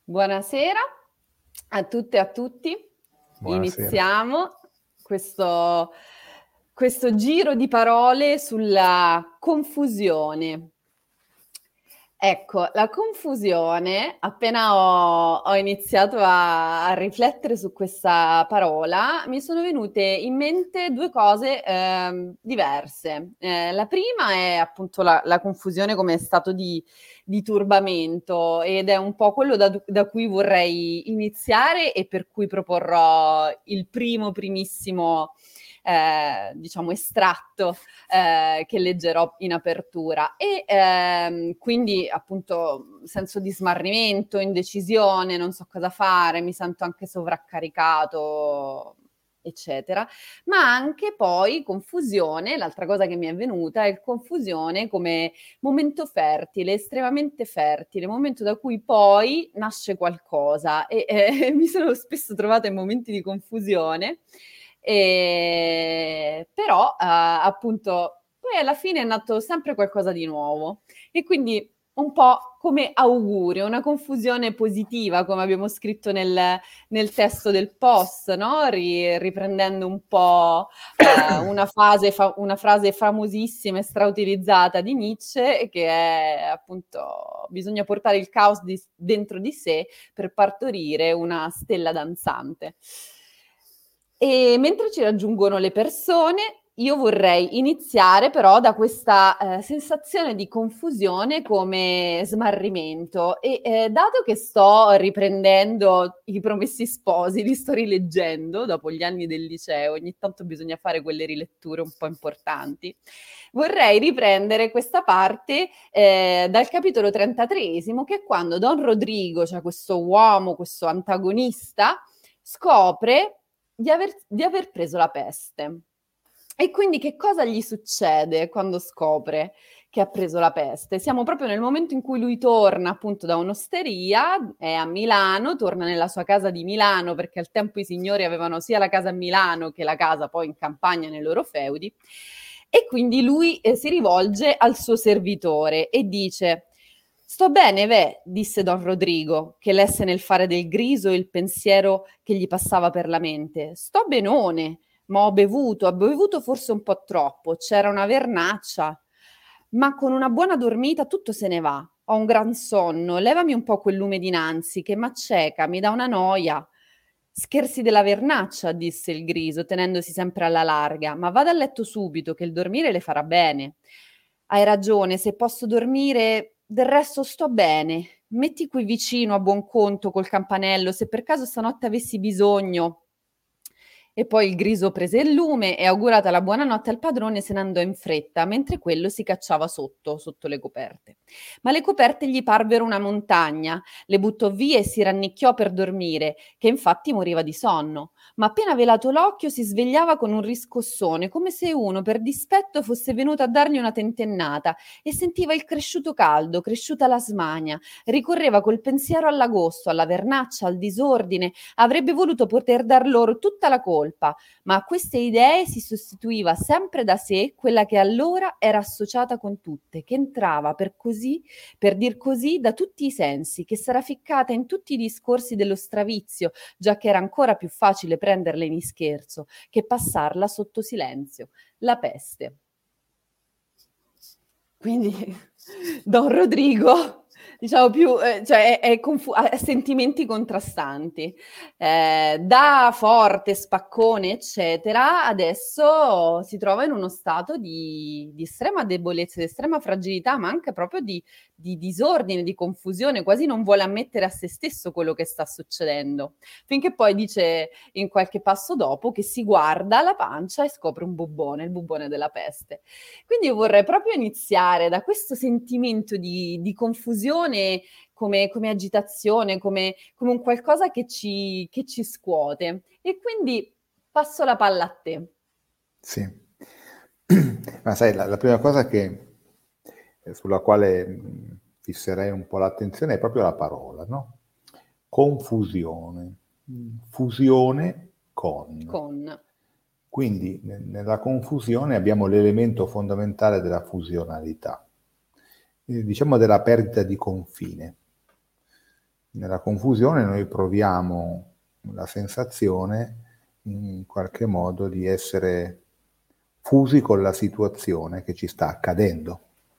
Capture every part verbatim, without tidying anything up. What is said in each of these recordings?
Buonasera a tutte e a tutti. Buonasera. Iniziamo questo, questo giro di parole sulla confusione. Ecco, la confusione, appena ho, ho iniziato a, a riflettere su questa parola, mi sono venute in mente due cose ehm, diverse. Eh, la prima è appunto la, la confusione come stato di, di turbamento ed è un po' quello da, da cui vorrei iniziare e per cui proporrò il primo, primissimo eh, diciamo estratto eh, che leggerò in apertura e ehm, quindi appunto senso di smarrimento, indecisione, non so cosa fare, mi sento anche sovraccaricato, eccetera, ma anche poi confusione, l'altra cosa che mi è venuta è confusione come momento fertile, estremamente fertile, momento da cui poi nasce qualcosa e eh, mi sono spesso trovata in momenti di confusione. E, però eh, appunto poi alla fine è nato sempre qualcosa di nuovo e quindi un po' come augurio, una confusione positiva come abbiamo scritto nel, nel testo del post, no? Ri- riprendendo un po' eh, una, fase fa- una frase famosissima e strautilizzata di Nietzsche che è appunto bisogna portare il caos di- dentro di sé per partorire una stella danzante. E mentre ci raggiungono le persone, io vorrei iniziare però da questa eh, sensazione di confusione come smarrimento e eh, dato che sto riprendendo I Promessi Sposi, li sto rileggendo dopo gli anni del liceo, ogni tanto bisogna fare quelle riletture un po' importanti, vorrei riprendere questa parte eh, dal capitolo trentatreesimo che è quando Don Rodrigo, cioè questo uomo, questo antagonista, scopre di aver, di aver preso la peste. E quindi che cosa gli succede quando scopre che ha preso la peste? Siamo proprio nel momento in cui lui torna appunto da un'osteria, è a Milano, torna nella sua casa di Milano perché al tempo i signori avevano sia la casa a Milano che la casa poi in campagna nei loro feudi. E quindi lui eh, si rivolge al suo servitore e dice: Sto bene, ve, disse Don Rodrigo, che lesse nel fare del griso il pensiero che gli passava per la mente. Sto benone, ma ho bevuto, ho bevuto forse un po' troppo, c'era una vernaccia, ma con una buona dormita tutto se ne va. Ho un gran sonno, levami un po' quel lume dinanzi che m'acceca, mi dà una noia. Scherzi della vernaccia, disse il griso, tenendosi sempre alla larga, ma vada a letto subito, che il dormire le farà bene. Hai ragione, se posso dormire, del resto sto bene. Metti qui vicino a buon conto col campanello, se per caso stanotte avessi bisogno. E poi il griso prese il lume e augurata la buonanotte al padrone se ne andò in fretta, mentre quello si cacciava sotto, sotto le coperte. Ma le coperte gli parvero una montagna, le buttò via e si rannicchiò per dormire, che infatti moriva di sonno. Ma appena velato l'occhio si svegliava con un riscossone, come se uno per dispetto fosse venuto a dargli una tentennata, e sentiva il cresciuto caldo, cresciuta la smania, ricorreva col pensiero all'agosto, alla vernaccia, al disordine, avrebbe voluto poter dar loro tutta la colpa, ma a queste idee si sostituiva sempre da sé quella che allora era associata con tutte, che entrava per così, per dir così, da tutti i sensi, che s'era ficcata in tutti i discorsi dello stravizio, già che era ancora più facile prenderla in scherzo che passarla sotto silenzio, la peste. Quindi Don Rodrigo, diciamo più, eh, cioè è, è confu- ha sentimenti contrastanti. Eh, da forte, spaccone, eccetera, adesso si trova in uno stato di, di estrema debolezza, di estrema fragilità, ma anche proprio di, di disordine, di confusione, quasi non vuole ammettere a se stesso quello che sta succedendo. Finché poi dice in qualche passo dopo che si guarda la pancia e scopre un bubbone, il bubbone della peste. Quindi io vorrei proprio iniziare da questo sentimento di, di confusione come, come agitazione, come, come un qualcosa che ci, che ci scuote. E quindi passo la palla a te. Sì, ma sai, la, la prima cosa che, eh, sulla quale mh, fisserei un po' l'attenzione è proprio la parola, no? Confusione, mh, fusione con. Con. Quindi ne- nella confusione abbiamo l'elemento fondamentale della fusionalità, eh, diciamo della perdita di confine. Nella confusione noi proviamo la sensazione in qualche modo di essere fusi con la situazione che ci sta accadendo.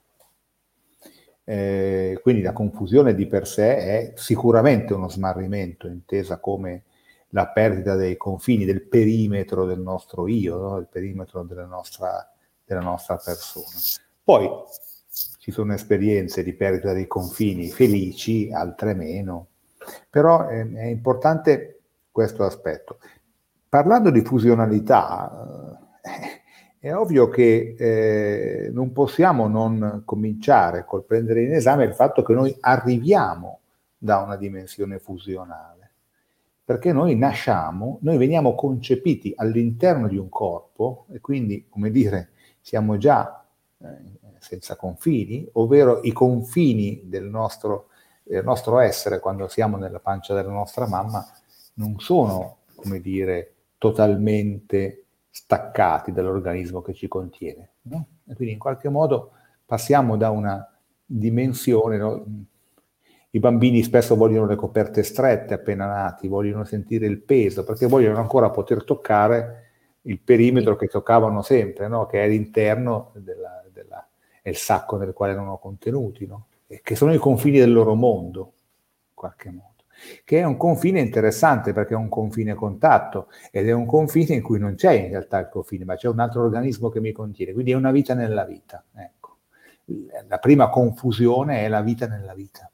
Eh, quindi la confusione di per sé è sicuramente uno smarrimento, intesa come la perdita dei confini, del perimetro del nostro io, no? Del perimetro della nostra, della nostra persona. Poi ci sono esperienze di perdita dei confini felici, altre meno, però è, è importante questo aspetto. Parlando di fusionalità, eh, è ovvio che eh, non possiamo non cominciare col prendere in esame il fatto che noi arriviamo da una dimensione fusionale, perché noi nasciamo, noi veniamo concepiti all'interno di un corpo e quindi, come dire, siamo già eh, senza confini, ovvero i confini del nostro, del nostro essere quando siamo nella pancia della nostra mamma non sono, come dire, totalmente staccati dall'organismo che ci contiene, no? E quindi in qualche modo passiamo da una dimensione, no? I bambini spesso vogliono le coperte strette appena nati, vogliono sentire il peso, perché vogliono ancora poter toccare il perimetro che toccavano sempre, no? Che è l'interno della, della, è il sacco nel quale erano contenuti, no? E che sono i confini del loro mondo, in qualche modo. Che è un confine interessante perché è un confine contatto ed è un confine in cui non c'è in realtà il confine, ma c'è un altro organismo che mi contiene, quindi è una vita nella vita. Ecco. La prima confusione è la vita nella vita.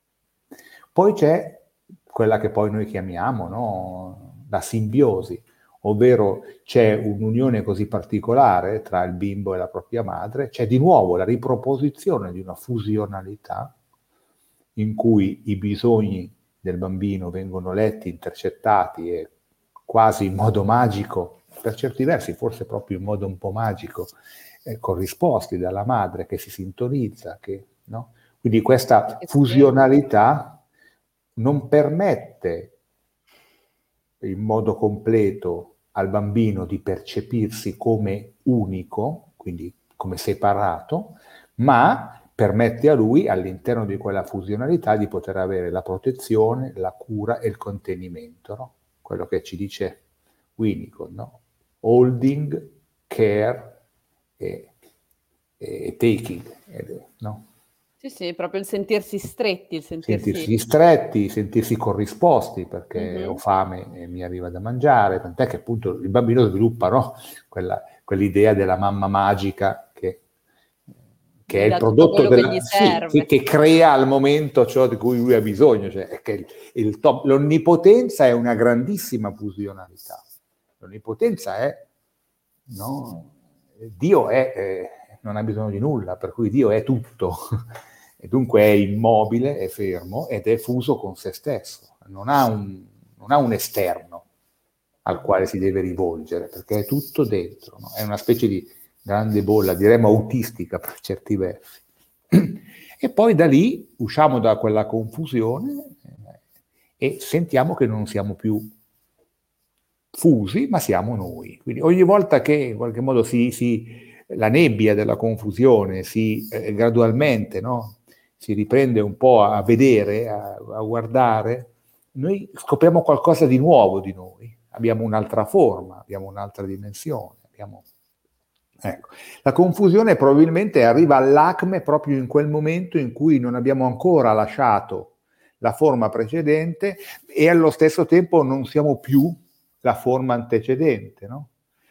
Poi c'è quella che poi noi chiamiamo, no? La simbiosi, ovvero c'è un'unione così particolare tra il bimbo e la propria madre, c'è di nuovo la riproposizione di una fusionalità in cui i bisogni del bambino vengono letti, intercettati e quasi in modo magico, per certi versi forse proprio in modo un po' magico, eh, corrisposti dalla madre che si sintonizza, che, no? Quindi questa fusionalità non permette in modo completo al bambino di percepirsi come unico, quindi come separato, ma permette a lui, all'interno di quella fusionalità, di poter avere la protezione, la cura e il contenimento, no? Quello che ci dice Winnicott, no? Holding, care e, e taking, no? Sì, sì, proprio il sentirsi stretti, il sentirsi... sentirsi stretti, sentirsi corrisposti perché mm-hmm. ho fame e mi arriva da mangiare, tant'è che appunto il bambino sviluppa, no? Quella, quell'idea della mamma magica che, che è il prodotto della, sì, che, che crea al momento ciò di cui lui ha bisogno, cioè che il, il top, l'onnipotenza è una grandissima fusionalità, l'onnipotenza è, no? Dio è, eh, non ha bisogno di nulla, per cui Dio è tutto. E dunque è immobile, è fermo ed è fuso con se stesso, non ha un, non ha un esterno al quale si deve rivolgere, perché è tutto dentro, no? È una specie di grande bolla, diremmo autistica per certi versi. E poi da lì usciamo da quella confusione e sentiamo che non siamo più fusi, ma siamo noi. Quindi ogni volta che in qualche modo si, si, la nebbia della confusione si eh, gradualmente, no? Si riprende un po' a vedere, a, a guardare, noi scopriamo qualcosa di nuovo di noi, abbiamo un'altra forma, abbiamo un'altra dimensione. Abbiamo... Ecco. La confusione probabilmente arriva all'acme proprio in quel momento in cui non abbiamo ancora lasciato la forma precedente e allo stesso tempo non siamo più la forma antecedente, no?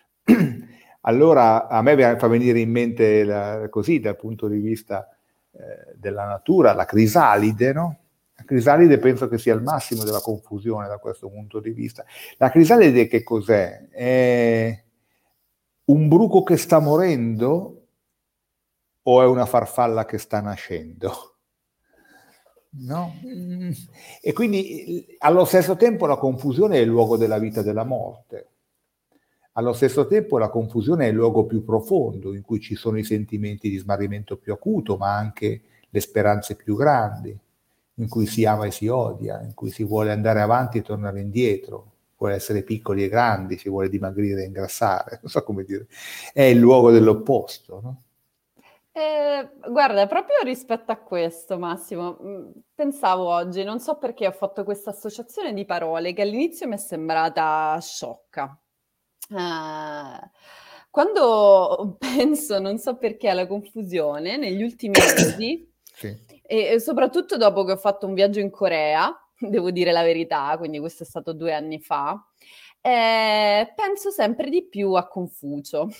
Allora a me fa venire in mente la, così dal punto di vista eh, della natura la crisalide, no? La crisalide penso che sia il massimo della confusione da questo punto di vista. La crisalide che cos'è? È un bruco che sta morendo o è una farfalla che sta nascendo? No? E quindi allo stesso tempo la confusione è il luogo della vita e della morte. Allo stesso tempo la confusione è il luogo più profondo, in cui ci sono i sentimenti di smarrimento più acuto, ma anche le speranze più grandi, in cui si ama e si odia, in cui si vuole andare avanti e tornare indietro, vuole essere piccoli e grandi, si vuole dimagrire e ingrassare, non so come dire. È il luogo dell'opposto, no? Eh, guarda, proprio rispetto a questo, Massimo, mh, pensavo oggi, non so perché ho fatto questa associazione di parole che all'inizio mi è sembrata sciocca. Eh, quando penso, non so perché, alla confusione negli ultimi mesi, Sì. e, e soprattutto dopo che ho fatto un viaggio in Corea, devo dire la verità, quindi questo è stato due anni fa, eh, penso sempre di più a Confucio.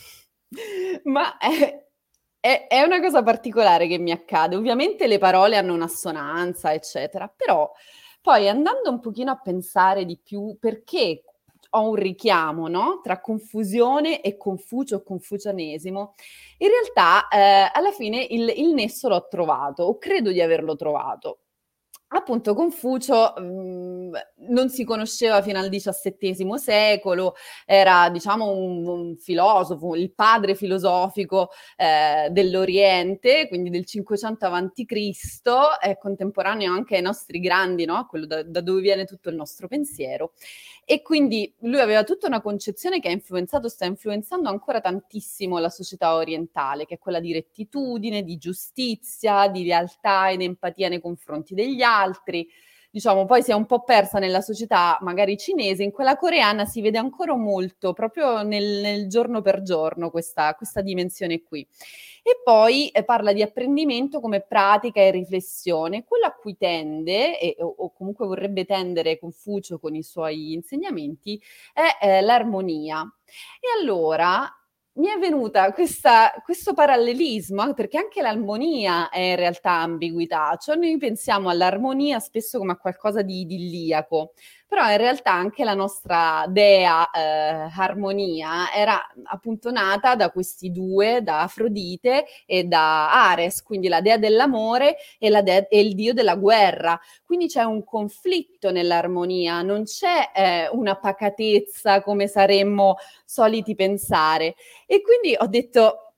Ma è, è- è una cosa particolare che mi accade. Ovviamente le parole hanno un'assonanza, eccetera, però poi andando un pochino a pensare di più perché ho un richiamo, no? Tra confusione e Confucio o confucianesimo, in realtà eh, alla fine il, il nesso l'ho trovato, o credo di averlo trovato. Appunto, Confucio mh, non si conosceva fino al diciassettesimo secolo, era diciamo un, un filosofo, il padre filosofico eh, dell'Oriente, quindi del cinquecento avanti Cristo, è contemporaneo anche ai nostri grandi, no? Quello da, da dove viene tutto il nostro pensiero. E quindi lui aveva tutta una concezione che ha influenzato, sta influenzando ancora tantissimo la società orientale, che è quella di rettitudine, di giustizia, di lealtà ed empatia nei confronti degli altri. Diciamo, poi si è un po' persa nella società magari cinese, in quella coreana si vede ancora molto, proprio nel, nel giorno per giorno, questa, questa dimensione qui. E poi eh, parla di apprendimento come pratica e riflessione. Quello a cui tende, e, o, o comunque vorrebbe tendere Confucio con i suoi insegnamenti, è eh, l'armonia. E allora mi è venuta questa, questo parallelismo, perché anche l'armonia è in realtà ambiguità, cioè noi pensiamo all'armonia spesso come a qualcosa di idilliaco, però in realtà anche la nostra dea eh, Armonia era appunto nata da questi due, da Afrodite e da Ares, quindi la dea dell'amore e, la dea, e il dio della guerra. Quindi c'è un conflitto nell'armonia, non c'è eh, una pacatezza come saremmo soliti pensare. E quindi ho detto,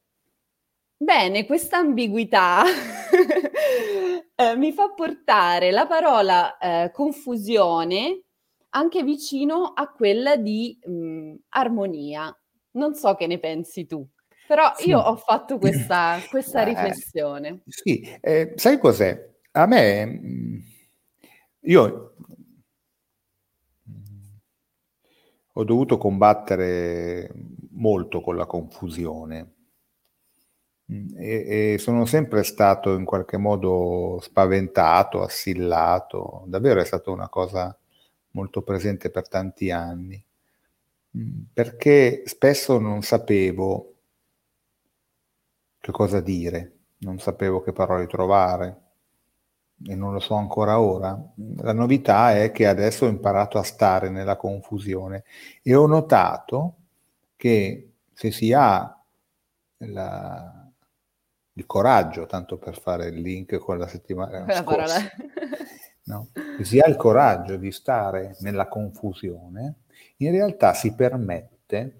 bene, questa ambiguità eh, mi fa portare la parola eh, confusione anche vicino a quella di mh, armonia. Non so che ne pensi tu, però io Sì. ho fatto questa, questa Eh, riflessione. sì, eh, sai cos'è? A me, mh, io mh, ho dovuto combattere molto con la confusione. Mm, E, e sono sempre stato in qualche modo spaventato, assillato, davvero è stata una cosa molto presente per tanti anni, Mm, perché spesso non sapevo che cosa dire, non sapevo che parole trovare e non lo so ancora ora. La novità è che adesso ho imparato a stare nella confusione e ho notato che se si ha la- il coraggio, tanto per fare il link con la settimana Quella parola. scorsa, no? Se si ha il coraggio di stare nella confusione, in realtà si permette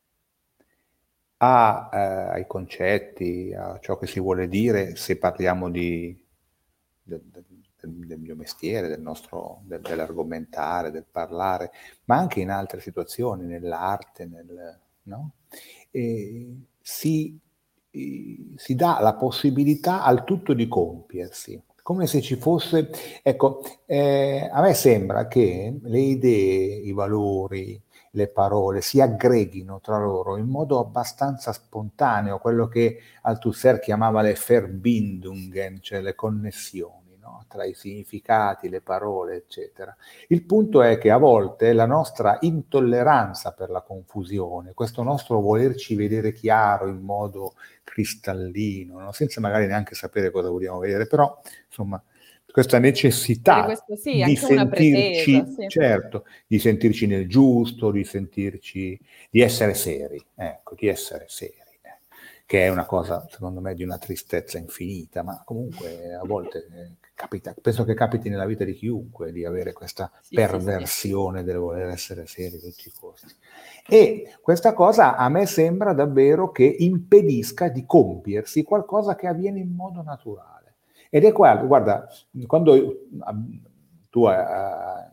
a, eh, ai concetti, a ciò che si vuole dire, se parliamo di, del, del- del mio mestiere, del nostro, del- dell'argomentare, del parlare, ma anche in altre situazioni, nell'arte, nel, no? E si, eh, si dà la possibilità al tutto di compiersi, come se ci fosse, ecco, eh, a me sembra che le idee, i valori, le parole si aggreghino tra loro in modo abbastanza spontaneo, quello che Althusser chiamava le Verbindungen, cioè le connessioni, no? Tra i significati, le parole, eccetera. Il punto è che a volte la nostra intolleranza per la confusione, questo nostro volerci vedere chiaro in modo cristallino, no? Senza magari neanche sapere cosa vogliamo vedere, però insomma questa Per necessità questo sì, di anche una pretesa, sentirci, sì. certo, di sentirci nel giusto, di sentirci, di essere seri, ecco, di essere seri, eh, che è una cosa, secondo me, di una tristezza infinita, ma comunque a volte eh, capita, penso che capiti nella vita di chiunque di avere questa Sì, sì, sì. perversione del voler essere seri a tutti i costi. E questa cosa a me sembra davvero che impedisca di compiersi qualcosa che avviene in modo naturale. Ed è qua, guarda, quando tu hai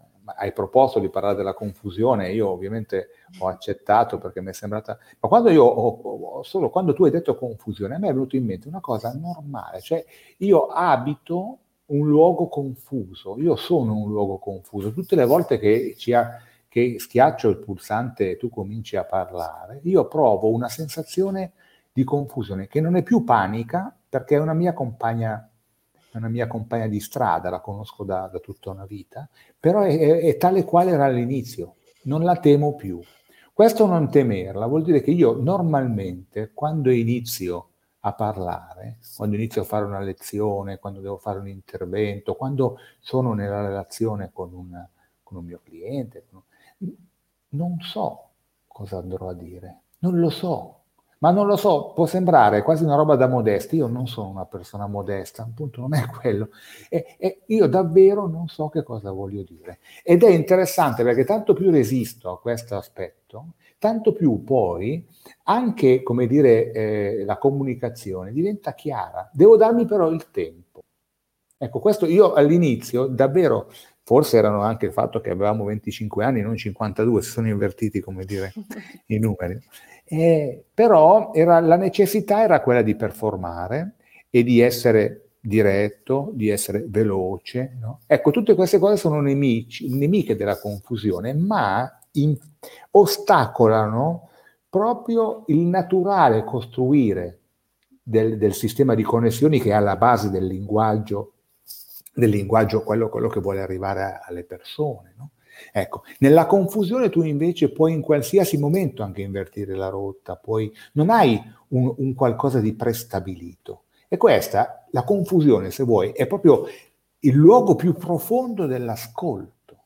hai proposto di parlare della confusione, io ovviamente ho accettato perché mi è sembrata... Ma quando io ho, ho, solo quando tu hai detto confusione, a me è venuto in mente una cosa normale, cioè io abito un luogo confuso, io sono un luogo confuso. Tutte le volte che, ci ha, che schiaccio il pulsante e tu cominci a parlare, io provo una sensazione di confusione che non è più panica, perché è una mia compagna, una mia compagna di strada, la conosco da, da tutta una vita, però è, è, è tale quale era all'inizio, non la temo più. Questo non temerla vuol dire che io normalmente, quando inizio a parlare, quando inizio a fare una lezione, quando devo fare un intervento, quando sono nella relazione con un, con un mio cliente, non so cosa andrò a dire, non lo so. Ma non lo so, può sembrare quasi una roba da modesti, io non sono una persona modesta, appunto non è quello, e, e io davvero non so che cosa voglio dire. Ed è interessante perché tanto più resisto a questo aspetto, tanto più poi anche, come dire, eh, la comunicazione diventa chiara. Devo darmi però il tempo. Ecco, questo io all'inizio davvero, forse erano anche il fatto che avevamo venticinque anni, non cinquantadue, si sono invertiti, come dire, i numeri. Eh, però era, la necessità era quella di performare e di essere diretto, di essere veloce, no? Ecco, tutte queste cose sono nemici, nemiche della confusione, ma in, ostacolano proprio il naturale costruire del, del sistema di connessioni che è alla base del linguaggio, del linguaggio quello, quello che vuole arrivare a, alle persone, no? Ecco, nella confusione tu invece puoi in qualsiasi momento anche invertire la rotta, puoi, non hai un, un qualcosa di prestabilito. E questa, la confusione, se vuoi, è proprio il luogo più profondo dell'ascolto.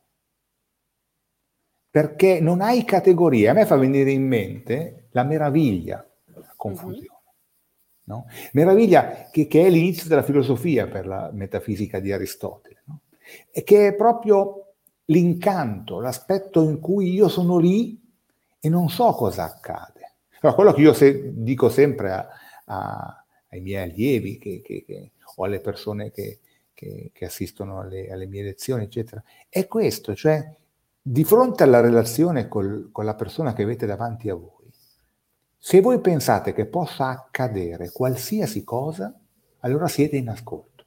Perché non hai categorie. A me fa venire in mente la meraviglia della confusione. Mm-hmm. No? Meraviglia che, che è l'inizio della filosofia per la metafisica di Aristotele, no? E che è proprio l'incanto, l'aspetto in cui io sono lì e non so cosa accade. Allora, quello che io se, dico sempre a, a, ai miei allievi che, che, che, o alle persone che, che, che assistono alle, alle mie lezioni, eccetera, è questo, cioè di fronte alla relazione col, con la persona che avete davanti a voi, se voi pensate che possa accadere qualsiasi cosa, allora siete in ascolto.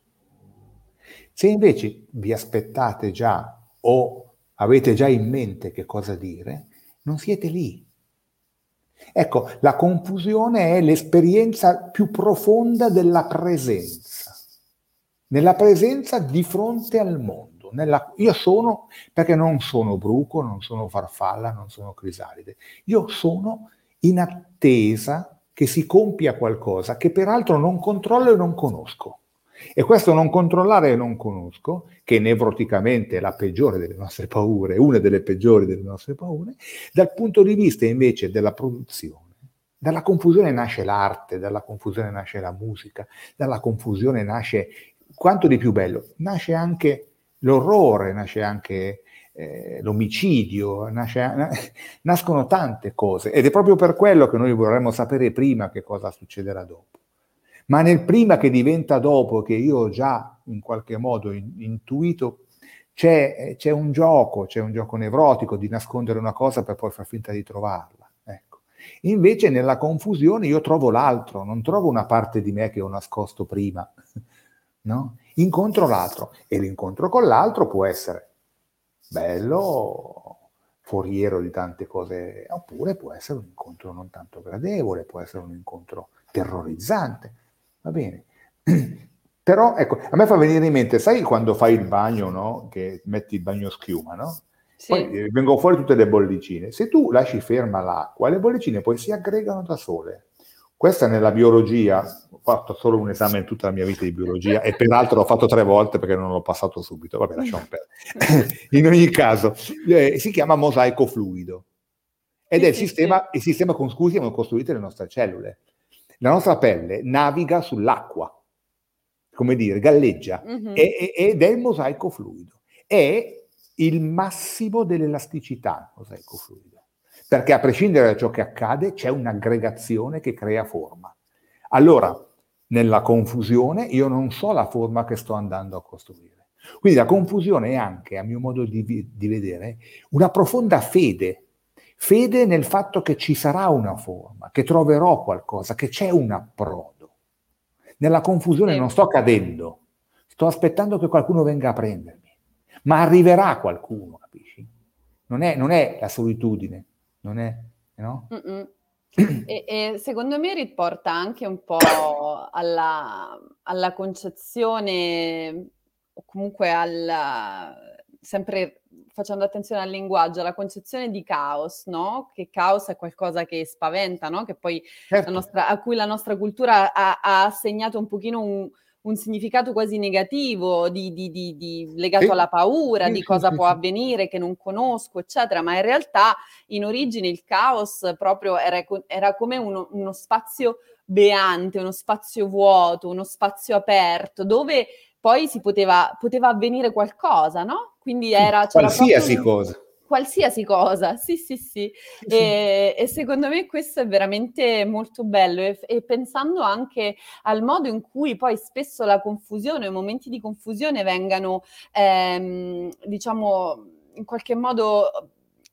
Se invece vi aspettate già o avete già in mente che cosa dire, non siete lì. Ecco, la confusione è l'esperienza più profonda della presenza. Nella presenza di fronte al mondo. Nella, io sono, perché non sono bruco, non sono farfalla, non sono crisalide. Io sono in attesa che si compia qualcosa che peraltro non controllo e non conosco. E questo non controllare e non conosco, che nevroticamente è la peggiore delle nostre paure, una delle peggiori delle nostre paure, dal punto di vista invece della produzione. Dalla confusione nasce l'arte, dalla confusione nasce la musica, dalla confusione nasce, quanto di più bello, nasce anche l'orrore, nasce anche eh, l'omicidio, nasce, nascono tante cose. Ed è proprio per quello che noi vorremmo sapere prima che cosa succederà dopo. Ma nel prima che diventa dopo, che io ho già in qualche modo in, intuito, c'è, c'è un gioco, c'è un gioco nevrotico di nascondere una cosa per poi far finta di trovarla. Ecco. Invece nella confusione io trovo l'altro, non trovo una parte di me che ho nascosto prima, no? Incontro l'altro e l'incontro con l'altro può essere bello, foriero di tante cose, oppure può essere un incontro non tanto gradevole, può essere un incontro terrorizzante. Va bene, però ecco, a me fa venire in mente, sai quando fai il bagno, no? Che metti il bagno schiuma, no? Sì. Poi vengono fuori tutte le bollicine. Se tu lasci ferma l'acqua, le bollicine poi si aggregano da sole. Questa nella biologia, ho fatto solo un esame in tutta la mia vita di biologia e peraltro l'ho fatto tre volte perché non l'ho passato subito. Vabbè, lasciamo perdere. In ogni caso, eh, si chiama mosaico fluido ed sì, è il, sì, sistema, sì. il sistema con cui siamo costruite le nostre cellule. La nostra pelle naviga sull'acqua, come dire, galleggia, mm-hmm. e, ed è il mosaico fluido. È il massimo dell'elasticità, il mosaico fluido. Perché a prescindere da ciò che accade, c'è un'aggregazione che crea forma. Allora, nella confusione, io non so la forma che sto andando a costruire. Quindi la confusione è anche, a mio modo di, di vedere, una profonda fede. Fede nel fatto che ci sarà una forma, che troverò qualcosa, che c'è un approdo. Nella confusione Sì. non sto cadendo, sto aspettando che qualcuno venga a prendermi, ma arriverà qualcuno, capisci? Non è, non è la solitudine, non è, no? E, e secondo me riporta anche un po' alla, alla concezione, o comunque alla, sempre facendo attenzione al linguaggio, alla concezione di caos, no? Che caos è qualcosa che spaventa, no? Che poi Certo. la nostra, a cui la nostra cultura ha, ha assegnato un pochino un, un significato quasi negativo, di, di, di, di, legato Sì. alla paura, Sì, di sì, cosa sì, può sì. avvenire, che non conosco, eccetera, ma in realtà in origine il caos proprio era, era come uno, uno spazio beante, uno spazio vuoto, uno spazio aperto, dove poi si poteva, poteva avvenire qualcosa, no? Quindi era, c'era qualsiasi proprio un, cosa. qualsiasi cosa, sì, sì, sì. Sì, E, sì. e secondo me questo è veramente molto bello. E, e pensando anche al modo in cui poi spesso la confusione, i momenti di confusione vengano, ehm, diciamo, in qualche modo...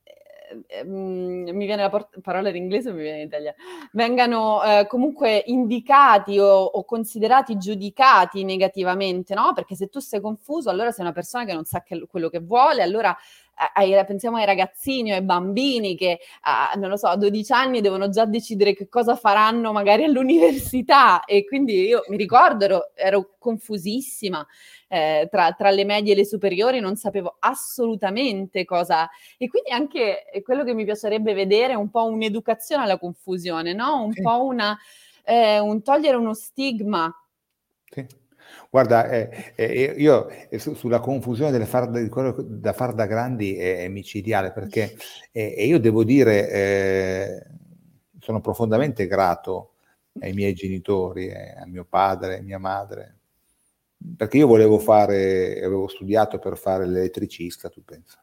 mi viene la por- parola in inglese, mi viene in italiano, vengano eh, comunque indicati o, o considerati giudicati negativamente, no? Perché se tu sei confuso, allora sei una persona che non sa che, quello che vuole, allora ai, pensiamo ai ragazzini o ai bambini che, a, non lo so, a dodici anni devono già decidere che cosa faranno magari all'università, e quindi io mi ricordo, ero, ero confusissima, eh, tra, tra le medie e le superiori non sapevo assolutamente cosa, e quindi anche quello che mi piacerebbe vedere è un po' un'educazione alla confusione, no? Un Sì. po' una, eh, un togliere uno stigma. Sì. Guarda, eh, eh, io eh, su, sulla confusione delle far, di quello da far da grandi è, è micidiale, perché eh, e io devo dire, eh, sono profondamente grato ai miei genitori, eh, a mio padre, a mia madre, perché io volevo fare, avevo studiato per fare l'elettricista, tu pensa.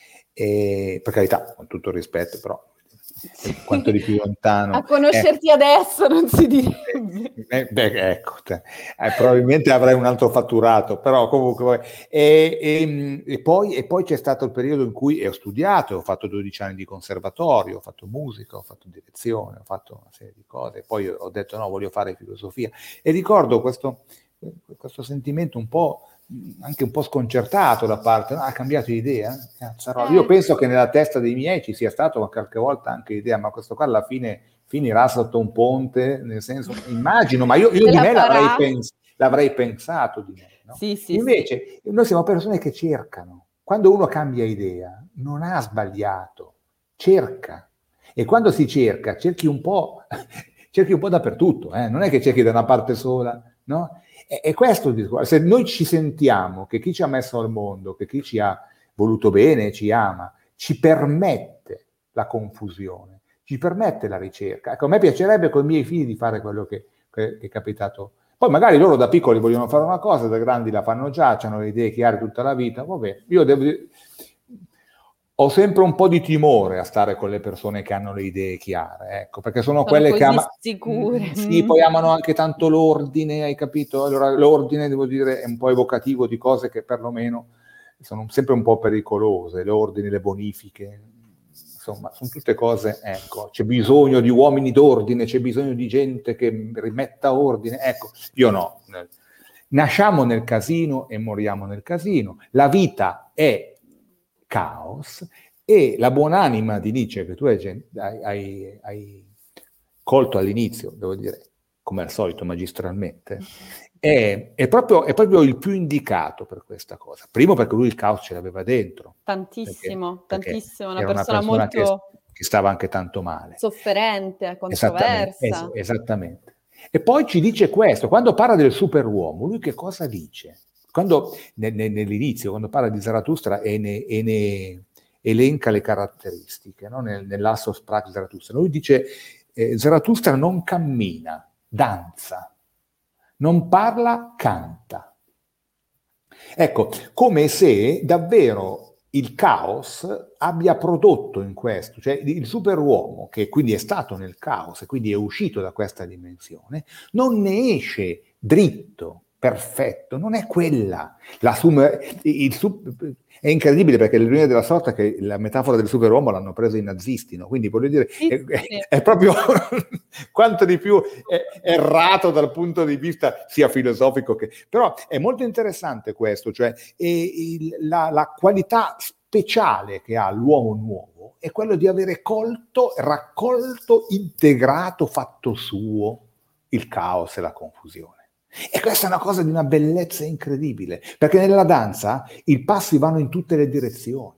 E, per carità, con tutto il rispetto, però Sì. quanto di più lontano. A conoscerti eh, adesso non si direbbe. Eh, beh, ecco, te, eh, probabilmente avrei un altro fatturato, però comunque. E, e, e, poi, e poi c'è stato il periodo in cui ho studiato, ho fatto dodici anni di conservatorio, ho fatto musica, ho fatto direzione, ho fatto una serie di cose, poi ho detto no, voglio fare filosofia. E ricordo questo, questo sentimento un po', anche un po' sconcertato da parte, no, ha cambiato idea? Eh, io penso che nella testa dei miei ci sia stato qualche volta anche idea, ma questo qua alla fine finirà sotto un ponte, nel senso, immagino, ma io, io di me l'avrei, pens- l'avrei pensato di me. No? Sì, sì, Invece, sì. Noi siamo persone che cercano. Quando uno cambia idea, non ha sbagliato, cerca. E quando si cerca, cerchi un po', cerchi un po' dappertutto, eh? Non è che cerchi da una parte sola, no? E, e questo il discorso. Se noi ci sentiamo che chi ci ha messo al mondo, che chi ci ha voluto bene, ci ama, ci permette la confusione, ci permette la ricerca. Ecco, a me piacerebbe con i miei figli di fare quello che, che, che è capitato. Poi magari loro da piccoli vogliono fare una cosa, da grandi la fanno già, hanno le idee chiare tutta la vita, vabbè, io devo dire, ho sempre un po' di timore a stare con le persone che hanno le idee chiare, ecco, perché sono, sono quelle che amano, sicure. Sì, poi amano anche tanto l'ordine, hai capito? Allora l'ordine, devo dire, è un po' evocativo di cose che perlomeno sono sempre un po' pericolose, l'ordine, le bonifiche, insomma, sono tutte cose, ecco, c'è bisogno di uomini d'ordine, c'è bisogno di gente che rimetta ordine, ecco, io no. Nasciamo nel casino e moriamo nel casino, la vita è caos, e la buonanima di Nietzsche, che tu hai, hai, hai colto all'inizio, devo dire, come al solito magistralmente, è, è, proprio, è proprio il più indicato per questa cosa. Primo perché lui il caos ce l'aveva dentro. Tantissimo, perché, perché tantissimo, una era persona, una persona molto che, che stava anche tanto male. Sofferente, Esattamente, es- controversa. esattamente. E poi ci dice questo, quando parla del superuomo, lui che cosa dice? Quando ne, ne, nell'inizio, quando parla di Zarathustra e ne, e ne elenca le caratteristiche, no? Nel, nell'asso Sprach Zarathustra, lui dice eh, Zarathustra non cammina, danza, non parla, canta. Ecco, come se davvero il caos abbia prodotto in questo, cioè il superuomo, che quindi è stato nel caos e quindi è uscito da questa dimensione, non ne esce dritto, perfetto, non è quella. La sum- il sub- è incredibile perché l'ironia della sorte è che la metafora del superuomo l'hanno presa i nazisti, no? Quindi voglio dire, Sì, è, sì. è- è proprio quanto di più è errato dal punto di vista sia filosofico che... Però è molto interessante questo, cioè e il- la, la qualità speciale che ha l'uomo nuovo è quello di avere colto, raccolto, integrato, fatto suo il caos e la confusione. E questa è una cosa di una bellezza incredibile, perché nella danza i passi vanno in tutte le direzioni.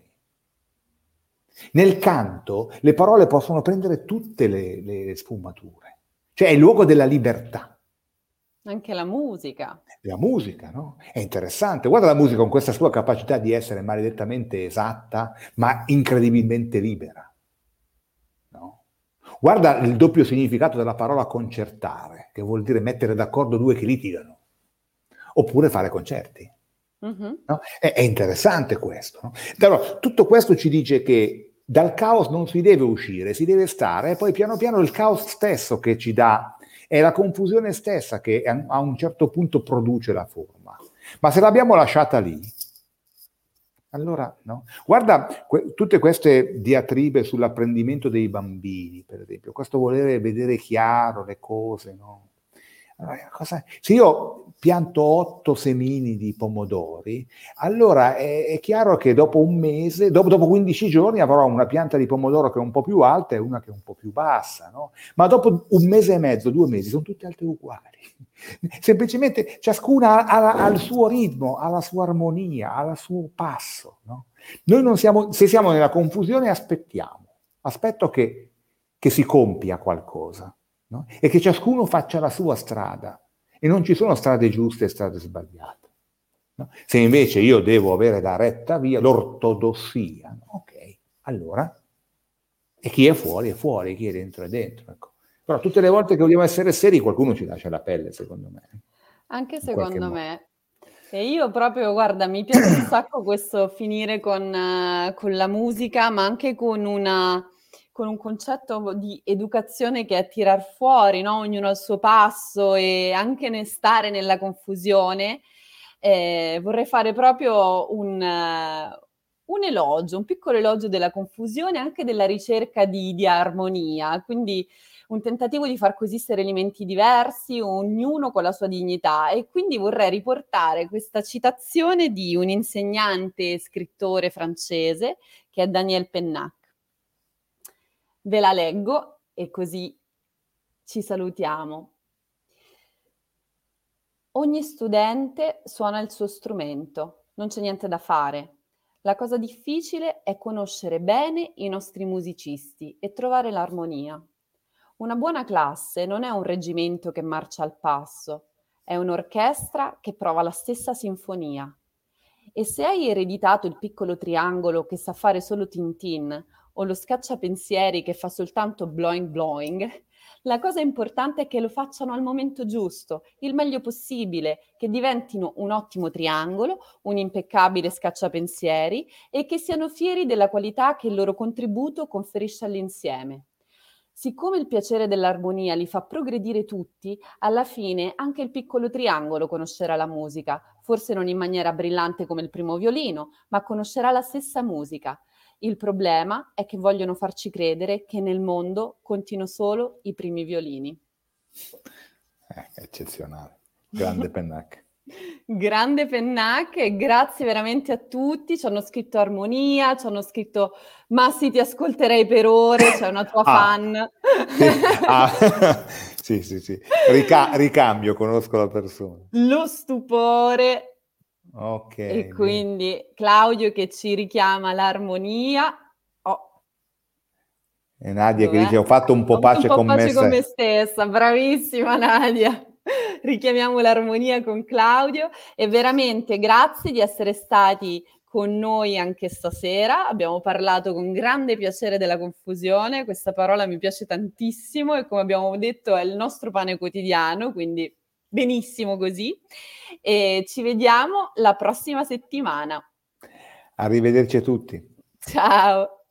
Nel canto le parole possono prendere tutte le, le sfumature, cioè è il luogo della libertà. Anche la musica. La musica, no? È interessante. Guarda la musica con questa sua capacità di essere maledettamente esatta, ma incredibilmente libera. No? Guarda il doppio significato della parola concertare, che vuol dire mettere d'accordo due che litigano, oppure fare concerti. Mm-hmm. No? È, è interessante questo. No? Allora, tutto questo ci dice che dal caos non si deve uscire, si deve stare, e poi piano piano il caos stesso che ci dà, è la confusione stessa che a un certo punto produce la forma. Ma se l'abbiamo lasciata lì, allora no. Guarda que- tutte queste diatribe sull'apprendimento dei bambini, per esempio, questo volere vedere chiaro le cose, no? Allora, cosa... Se io pianto otto semini di pomodori, allora è, è chiaro che dopo un mese, dopo, dopo quindici giorni avrò una pianta di pomodoro che è un po' più alta e una che è un po' più bassa, no? Ma dopo un mese e mezzo, due mesi, sono tutte alte uguali. Semplicemente ciascuna ha, ha il suo ritmo, ha la sua armonia, ha il suo passo, no? Noi non siamo, se siamo nella confusione aspettiamo, aspetto che, che si compia qualcosa, no? E che ciascuno faccia la sua strada e non ci sono strade giuste e strade sbagliate, no? Se invece io devo avere la retta via, l'ortodossia, no? Ok, allora, e chi è fuori è fuori, chi è dentro è dentro, ecco. Però tutte le volte che vogliamo essere seri qualcuno ci lascia la pelle, secondo me. Anche In qualche secondo modo. me. E io proprio, guarda, mi piace un sacco questo finire con, eh, con la musica, ma anche con, una, con un concetto di educazione che è tirar fuori, no? Ognuno al suo passo e anche nel stare nella confusione. Eh, vorrei fare proprio un, eh, un elogio, un piccolo elogio della confusione, anche della ricerca di, di armonia. Quindi un tentativo di far coesistere elementi diversi, ognuno con la sua dignità. E quindi vorrei riportare questa citazione di un insegnante e scrittore francese che è Daniel Pennac. Ve la leggo e così ci salutiamo. Ogni studente suona il suo strumento, non c'è niente da fare. La cosa difficile è conoscere bene i nostri musicisti e trovare l'armonia. Una buona classe non è un reggimento che marcia al passo, è un'orchestra che prova la stessa sinfonia. E se hai ereditato il piccolo triangolo che sa fare solo Tintin o lo scacciapensieri che fa soltanto blowing blowing, la cosa importante è che lo facciano al momento giusto, il meglio possibile, che diventino un ottimo triangolo, un impeccabile scacciapensieri e che siano fieri della qualità che il loro contributo conferisce all'insieme. Siccome il piacere dell'armonia li fa progredire tutti, alla fine anche il piccolo triangolo conoscerà la musica, forse non in maniera brillante come il primo violino, ma conoscerà la stessa musica. Il problema è che vogliono farci credere che nel mondo contino solo i primi violini. Eh, eccezionale, grande Pennac. Grande Pennac e grazie veramente a tutti, ci hanno scritto Armonia, ci hanno scritto Massi ti ascolterei per ore, c'è una tua ah, fan. Sì, ah, sì, sì, sì. Rica- ricambio, conosco la persona. Lo stupore. Ok. E quindi bene. Claudio che ci richiama l'armonia. Oh. E Nadia Dov'è? che dice ho fatto un po' Ho avuto pace un po' con pace me con me stessa. stessa, bravissima Nadia. Richiamiamo l'armonia con Claudio e veramente grazie di essere stati con noi anche stasera. Abbiamo parlato con grande piacere della confusione, questa parola mi piace tantissimo e come abbiamo detto è il nostro pane quotidiano, quindi benissimo così. E ci vediamo la prossima settimana. Arrivederci a tutti. Ciao.